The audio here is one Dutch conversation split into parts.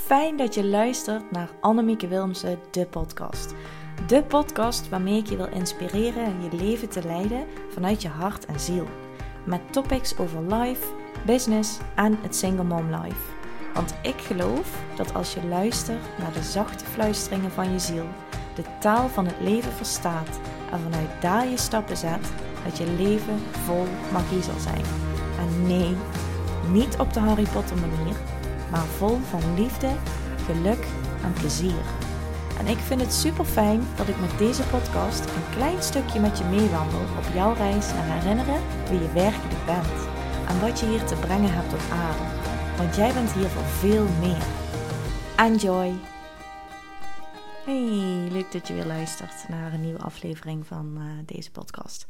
fijn dat je luistert naar Annemieke Wilmsen, de podcast. De podcast waarmee ik je wil inspireren je leven te leiden vanuit je hart en ziel. Met topics over life, business en het single mom life. Want ik geloof dat als je luistert naar de zachte fluisteringen van je ziel, de taal van het leven verstaat en vanuit daar je stappen zet, dat je leven vol magie zal zijn. En nee, niet op de Harry Potter manier, maar vol van liefde, geluk en plezier. En ik vind het super fijn dat ik met deze podcast een klein stukje met je meewandel op jouw reis naar herinneren wie je werkelijk bent. En wat je hier te brengen hebt op aarde. Want jij bent hier voor veel meer. Enjoy! Hey, leuk dat je weer luistert naar een nieuwe aflevering van deze podcast.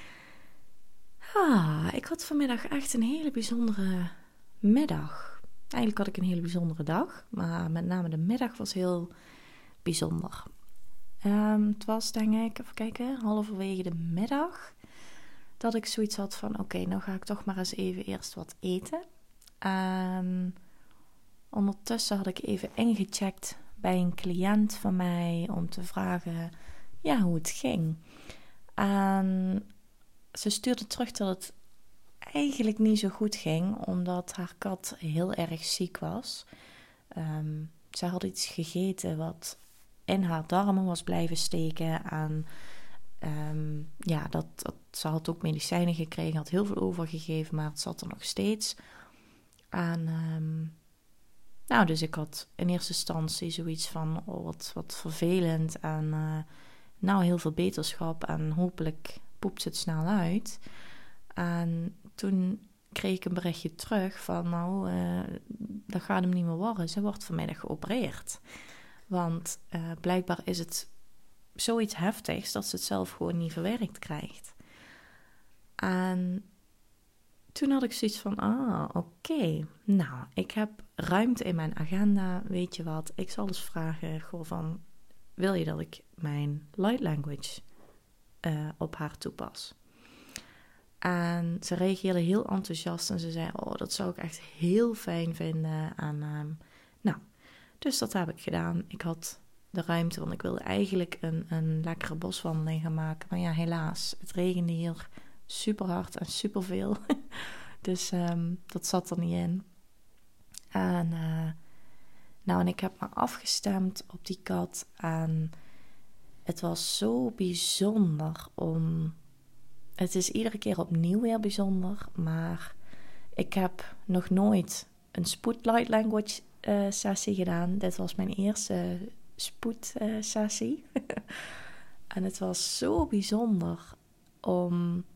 Ik had vanmiddag echt een hele bijzondere middag. Eigenlijk had ik een hele bijzondere dag, maar met name de middag was heel bijzonder. Het was denk ik, even kijken, halverwege de middag, dat ik zoiets had van oké, nou ga ik toch maar eens even eerst wat eten. En ondertussen had ik even ingecheckt bij een cliënt van mij om te vragen hoe het ging. En ze stuurde terug dat het eigenlijk niet zo goed ging, omdat haar kat heel erg ziek was. Ze had iets gegeten wat in haar darmen was blijven steken. En ze had ook medicijnen gekregen, had heel veel overgegeven, maar het zat er nog steeds. En dus ik had in eerste instantie zoiets van, wat vervelend. En heel veel beterschap en hopelijk poept ze het snel uit. En toen kreeg ik een berichtje terug van, dat gaat hem niet meer worden. Ze wordt vanmiddag geopereerd. Want blijkbaar is het zoiets heftigs dat ze het zelf gewoon niet verwerkt krijgt. En toen had ik zoiets van, oké. Nou, ik heb ruimte in mijn agenda. Weet je wat, ik zal eens vragen, wil je dat ik mijn light language op haar toepas? En ze reageerde heel enthousiast en ze zei, dat zou ik echt heel fijn vinden. En dus dat heb ik gedaan. Ik had de ruimte, want ik wilde eigenlijk een lekkere boswandeling gaan maken. Maar ja, helaas, het regende hier super hard en super veel. Dus dat zat er niet in. En ik heb me afgestemd op die kat. En het was zo bijzonder Het is iedere keer opnieuw weer bijzonder. Maar ik heb nog nooit een spoedlight language sessie gedaan. Dit was mijn eerste spoedsessie. En het was zo bijzonder om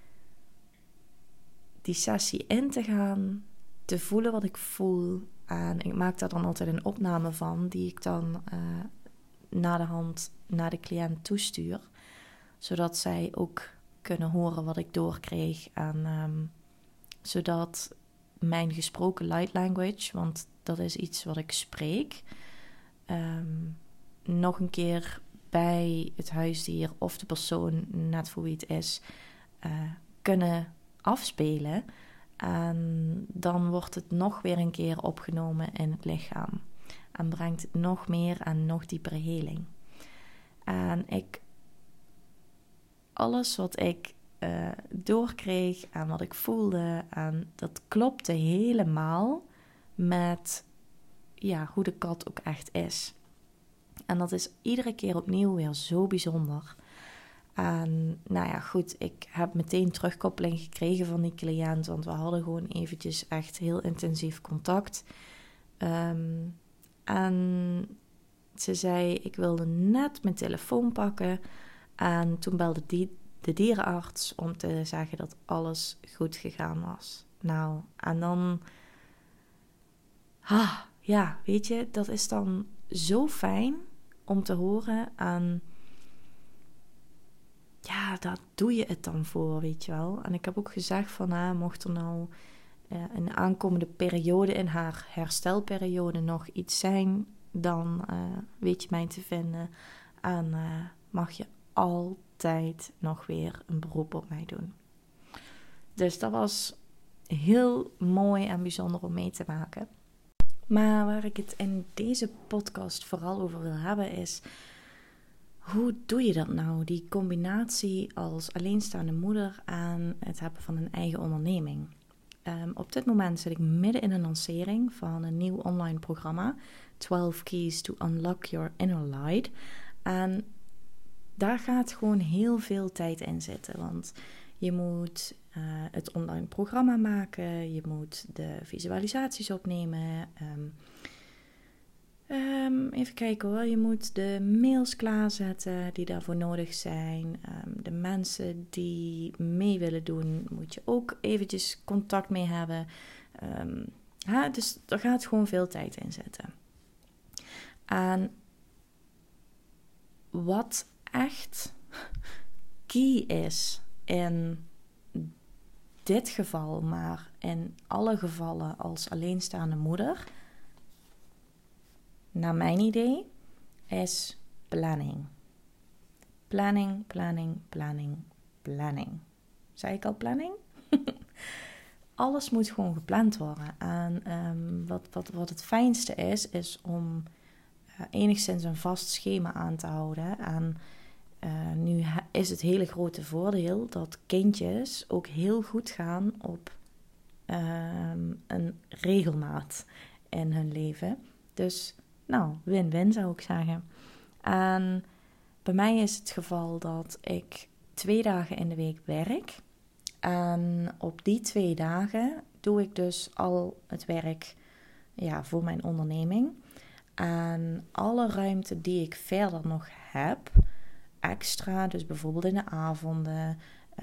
die sessie in te gaan, te voelen wat ik voel. En ik maak daar dan altijd een opname van, die ik dan na de hand naar de cliënt toestuur. Zodat zij ook kunnen horen wat ik doorkreeg. En zodat mijn gesproken light language, want dat is iets wat ik spreek, nog een keer bij het huisdier of de persoon, net voor wie het is, kunnen afspelen. En dan wordt het nog weer een keer opgenomen in het lichaam. En brengt het nog meer en nog diepere heling. En alles wat ik doorkreeg en wat ik voelde, en dat klopte helemaal met hoe de kat ook echt is. En dat is iedere keer opnieuw weer zo bijzonder. En goed, ik heb meteen terugkoppeling gekregen van die cliënt, want we hadden gewoon eventjes echt heel intensief contact. En ze zei, ik wilde net mijn telefoon pakken en toen belde de dierenarts om te zeggen dat alles goed gegaan was. Nou, en dan, weet je, dat is dan zo fijn om te horen. En daar doe je het dan voor, weet je wel. En ik heb ook gezegd van, mocht er nou een aankomende periode in haar herstelperiode nog iets zijn, dan weet je mij te vinden. En mag je altijd nog weer een beroep op mij doen. Dus dat was heel mooi en bijzonder om mee te maken. Maar waar ik het in deze podcast vooral over wil hebben is, hoe doe je dat nou? Die combinatie als alleenstaande moeder aan het hebben van een eigen onderneming. Op dit moment zit ik midden in een lancering van een nieuw online programma, 12 Keys to Unlock Your Inner Light. En daar gaat gewoon heel veel tijd in zitten, want je moet het online programma maken, je moet de visualisaties opnemen. Even kijken hoor, je moet de mails klaarzetten die daarvoor nodig zijn. De mensen die mee willen doen, moet je ook eventjes contact mee hebben. Dus er gaat gewoon veel tijd in zitten. En wat echt key is in dit geval, maar in alle gevallen als alleenstaande moeder, naar mijn idee, is planning. Planning, planning, planning, planning. Zei ik al planning? Alles moet gewoon gepland worden. En wat het fijnste is om enigszins een vast schema aan te houden. En nu is het hele grote voordeel dat kindjes ook heel goed gaan op een regelmaat in hun leven. Dus win-win zou ik zeggen. En bij mij is het geval dat ik 2 dagen in de week werk. En op die 2 dagen doe ik dus al het werk voor mijn onderneming. En alle ruimte die ik verder nog heb, extra, dus bijvoorbeeld in de avonden.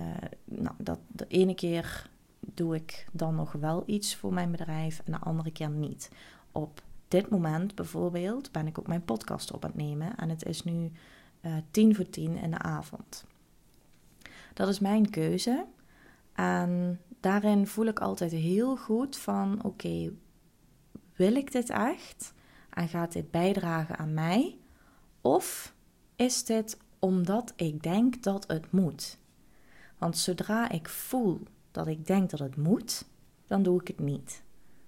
De ene keer doe ik dan nog wel iets voor mijn bedrijf en de andere keer niet. Op dit moment bijvoorbeeld ben ik ook mijn podcast op aan het nemen en het is nu 9:50 in de avond. Dat is mijn keuze en daarin voel ik altijd heel goed van oké, wil ik dit echt en gaat dit bijdragen aan mij of is dit omdat ik denk dat het moet? Want zodra ik voel dat ik denk dat het moet, dan doe ik het niet.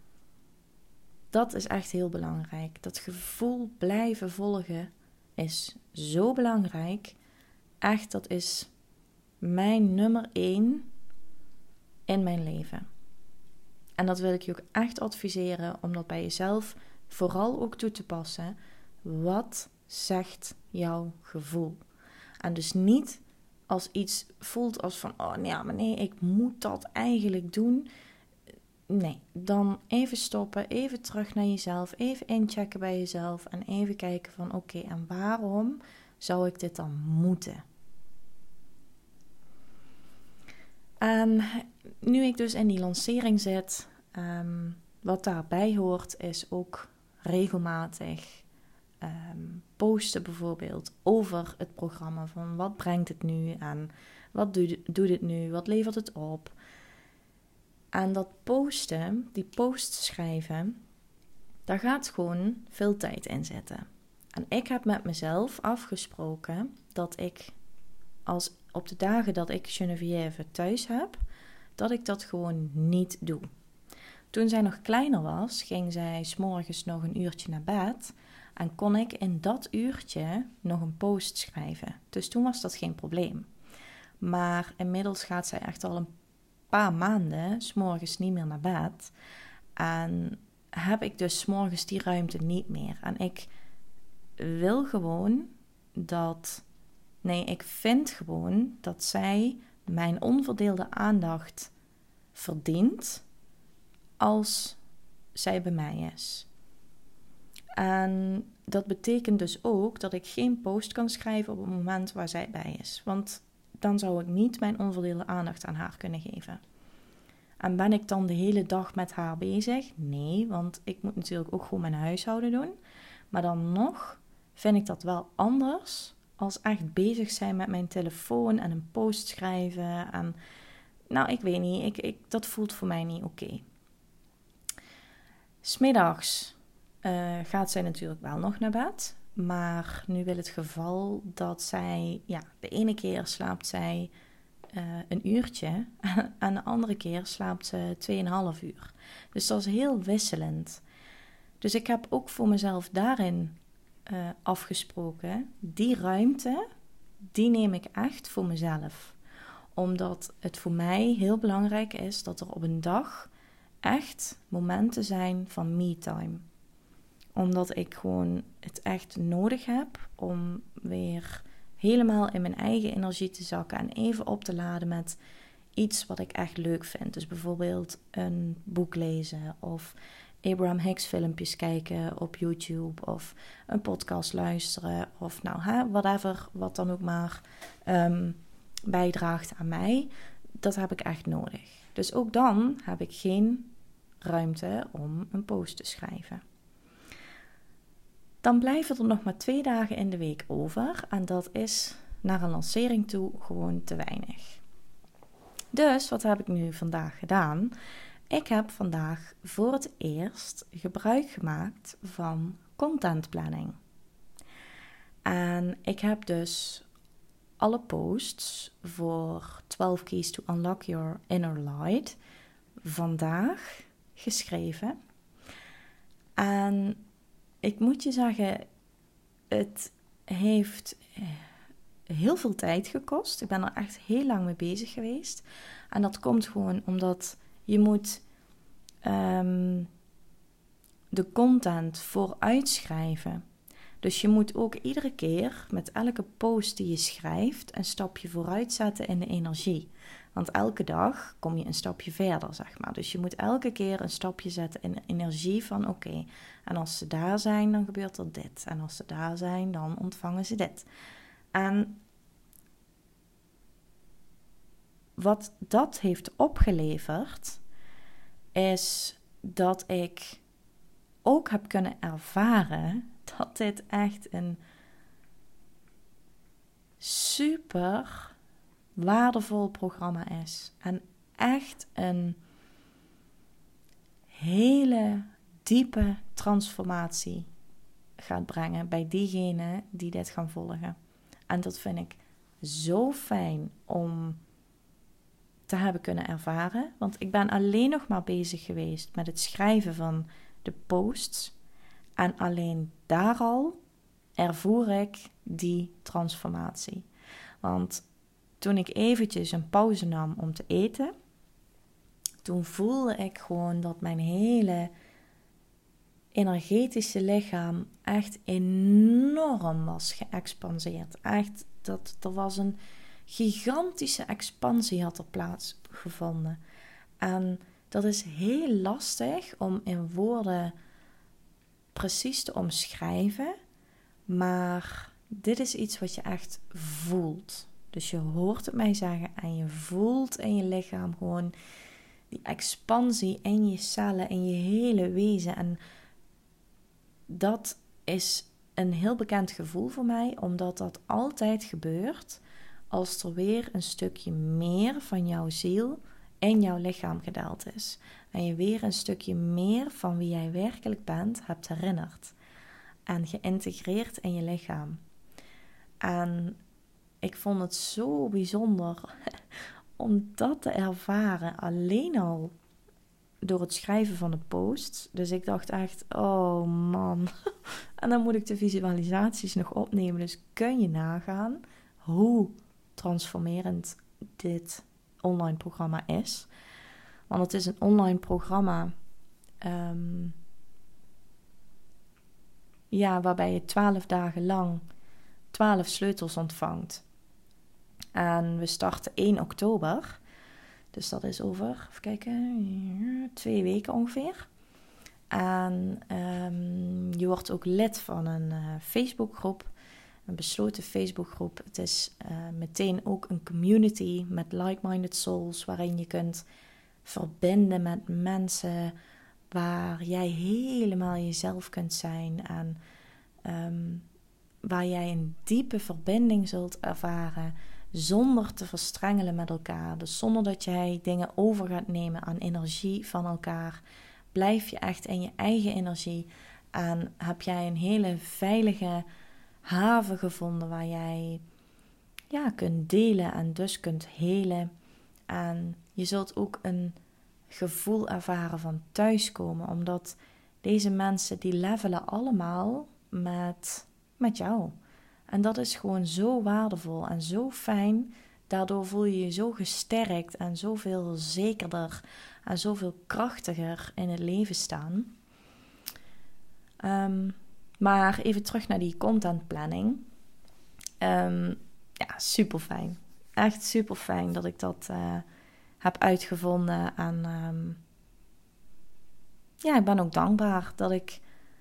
Dat is echt heel belangrijk. Dat gevoel blijven volgen is zo belangrijk. Echt, dat is mijn nummer 1 in mijn leven. En dat wil ik je ook echt adviseren om dat bij jezelf vooral ook toe te passen. Wat zegt jouw gevoel? En dus niet als iets voelt als van, maar nee, ik moet dat eigenlijk doen. Nee, dan even stoppen, even terug naar jezelf, even inchecken bij jezelf en even kijken van oké, en waarom zou ik dit dan moeten? En nu ik dus in die lancering zit, wat daarbij hoort is ook regelmatig posten bijvoorbeeld over het programma van wat brengt het nu en wat doet het nu, wat levert het op. En dat posten, die posts schrijven, daar gaat gewoon veel tijd in zitten. En ik heb met mezelf afgesproken dat ik op de dagen dat ik Geneviève thuis heb, dat ik dat gewoon niet doe. Toen zij nog kleiner was, ging zij 's morgens nog een uurtje naar bed en kon ik in dat uurtje nog een post schrijven. Dus toen was dat geen probleem. Maar inmiddels gaat zij echt al een paar maanden 's morgens niet meer naar bed. En heb ik dus 's morgens die ruimte niet meer. En ik wil gewoon ik vind gewoon dat zij mijn onverdeelde aandacht verdient als zij bij mij is. En dat betekent dus ook dat ik geen post kan schrijven op het moment waar zij bij is. Want dan zou ik niet mijn onverdeelde aandacht aan haar kunnen geven. En ben ik dan de hele dag met haar bezig? Nee, want ik moet natuurlijk ook gewoon mijn huishouden doen. Maar dan nog vind ik dat wel anders als echt bezig zijn met mijn telefoon en een post schrijven. En ik weet niet, dat voelt voor mij niet oké. 's Middags gaat zij natuurlijk wel nog naar bed. Maar nu wil het geval dat zij, de ene keer slaapt zij een uurtje en de andere keer slaapt ze 2,5 uur. Dus dat is heel wisselend. Dus ik heb ook voor mezelf daarin afgesproken, die ruimte, die neem ik echt voor mezelf. Omdat het voor mij heel belangrijk is dat er op een dag echt momenten zijn van me-time. Omdat ik gewoon het echt nodig heb om weer helemaal in mijn eigen energie te zakken en even op te laden met iets wat ik echt leuk vind. Dus bijvoorbeeld een boek lezen of Abraham Hicks filmpjes kijken op YouTube of een podcast luisteren of whatever, wat dan ook maar bijdraagt aan mij. Dat heb ik echt nodig. Dus ook dan heb ik geen ruimte om een post te schrijven. Dan blijven er nog maar 2 dagen in de week over en dat is naar een lancering toe gewoon te weinig. Dus wat heb ik nu vandaag gedaan? Ik heb vandaag voor het eerst gebruik gemaakt van content planning. En ik heb dus alle posts voor 12 Keys to Unlock Your Inner Light vandaag geschreven. En ik moet je zeggen, het heeft heel veel tijd gekost. Ik ben er echt heel lang mee bezig geweest. En dat komt gewoon omdat je moet de content vooruitschrijven. Dus je moet ook iedere keer met elke post die je schrijft een stapje vooruit zetten in de energie. Want elke dag kom je een stapje verder, zeg maar. Dus je moet elke keer een stapje zetten in de energie van oké, en als ze daar zijn, dan gebeurt er dit. En als ze daar zijn, dan ontvangen ze dit. En wat dat heeft opgeleverd, is dat ik ook heb kunnen ervaren dat dit echt een super waardevol programma is. En echt een hele diepe transformatie gaat brengen bij diegenen die dit gaan volgen. En dat vind ik zo fijn om te hebben kunnen ervaren. Want ik ben alleen nog maar bezig geweest met het schrijven van de posts. En alleen daar al ervoer ik die transformatie. Want toen ik eventjes een pauze nam om te eten, toen voelde ik gewoon dat mijn hele energetische lichaam echt enorm was geëxpanseerd. Echt, er was een gigantische expansie had er plaatsgevonden. En dat is heel lastig om in woorden precies te omschrijven, maar dit is iets wat je echt voelt. Dus je hoort het mij zeggen en je voelt in je lichaam gewoon die expansie in je cellen, in je hele wezen. En dat is een heel bekend gevoel voor mij, omdat dat altijd gebeurt als er weer een stukje meer van jouw ziel in jouw lichaam gedaald is. En je weer een stukje meer van wie jij werkelijk bent hebt herinnerd. En geïntegreerd in je lichaam. En ik vond het zo bijzonder om dat te ervaren. Alleen al door het schrijven van de posts. Dus ik dacht echt, oh man. En dan moet ik de visualisaties nog opnemen. Dus kun je nagaan hoe transformerend dit online programma is. Want het is een online programma waarbij je 12 dagen lang 12 sleutels ontvangt. En we starten 1 oktober. Dus dat is over, even kijken, 2 weken ongeveer. En je wordt ook lid van een Facebookgroep. Een besloten Facebookgroep. Het is meteen ook een community met like-minded souls, waarin je kunt verbinden met mensen waar jij helemaal jezelf kunt zijn en waar jij een diepe verbinding zult ervaren zonder te verstrengelen met elkaar. Dus zonder dat jij dingen over gaat nemen aan energie van elkaar, blijf je echt in je eigen energie en heb jij een hele veilige haven gevonden waar jij kunt delen en dus kunt helen. En je zult ook een gevoel ervaren van thuiskomen, omdat Deze mensen die levelen allemaal met jou. En dat is gewoon zo waardevol en zo fijn. Daardoor voel je je zo gesterkt en zoveel zekerder en zoveel krachtiger in het leven staan. Maar even terug naar die contentplanning. Ja, super fijn. Echt super fijn dat ik dat heb uitgevonden. En ja, ik ben ook dankbaar dat ik...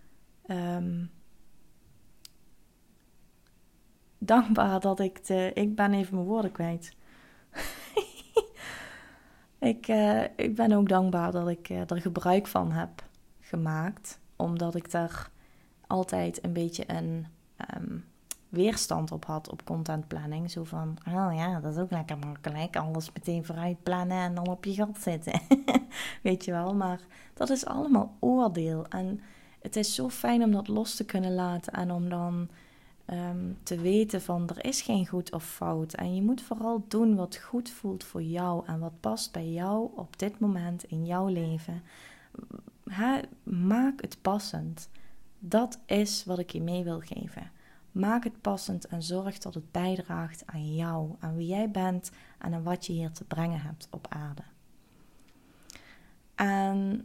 dankbaar dat ik ik ben even mijn woorden kwijt. Ik ben ook dankbaar dat ik er gebruik van heb gemaakt. Omdat ik daar altijd een beetje een weerstand op had op contentplanning. Zo van, oh ja, dat is ook lekker makkelijk. Alles meteen vooruit plannen en dan op je gat zitten. Weet je wel, maar dat is allemaal oordeel. En het is zo fijn om dat los te kunnen laten en om dan... te weten van er is geen goed of fout. En je moet vooral doen wat goed voelt voor jou. En wat past bij jou op dit moment in jouw leven. Maak het passend. Dat is wat ik je mee wil geven. Maak het passend en zorg dat het bijdraagt aan jou. Aan wie jij bent en aan wat je hier te brengen hebt op aarde. En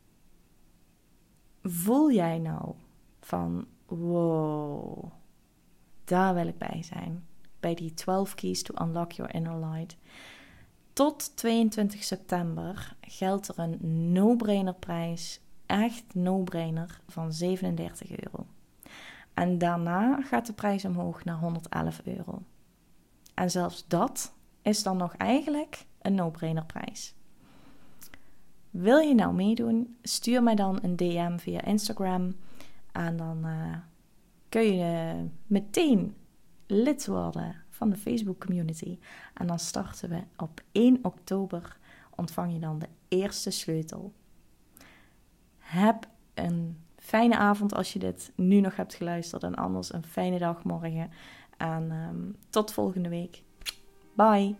voel jij nou van wow... Daar wil ik bij zijn. Bij die 12 Keys to Unlock Your Inner Light. Tot 22 september geldt er een no-brainer prijs. Echt no-brainer van €37. En daarna gaat de prijs omhoog naar €111. En zelfs dat is dan nog eigenlijk een no-brainer prijs. Wil je nou meedoen? Stuur mij dan een DM via Instagram. En dan... kun je meteen lid worden van de Facebook community. En dan starten we op 1 oktober. Ontvang je dan de eerste sleutel. Heb een fijne avond als je dit nu nog hebt geluisterd. En anders een fijne dag morgen. En tot volgende week. Bye.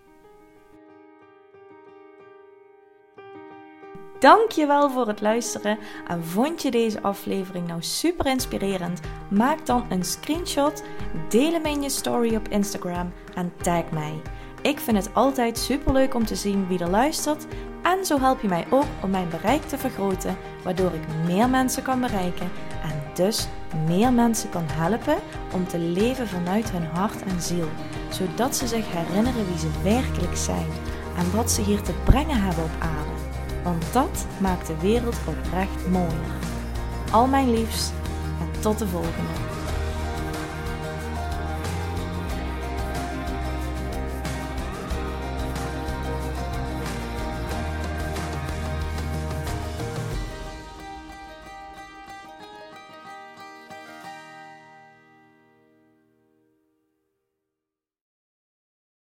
Dankjewel voor het luisteren en vond je deze aflevering nou super inspirerend? Maak dan een screenshot, deel hem in je story op Instagram en tag mij. Ik vind het altijd super leuk om te zien wie er luistert en zo help je mij ook om mijn bereik te vergroten, waardoor ik meer mensen kan bereiken en dus meer mensen kan helpen om te leven vanuit hun hart en ziel, zodat ze zich herinneren wie ze werkelijk zijn en wat ze hier te brengen hebben op aarde. Want dat maakt de wereld oprecht mooier. Al mijn liefs en tot de volgende.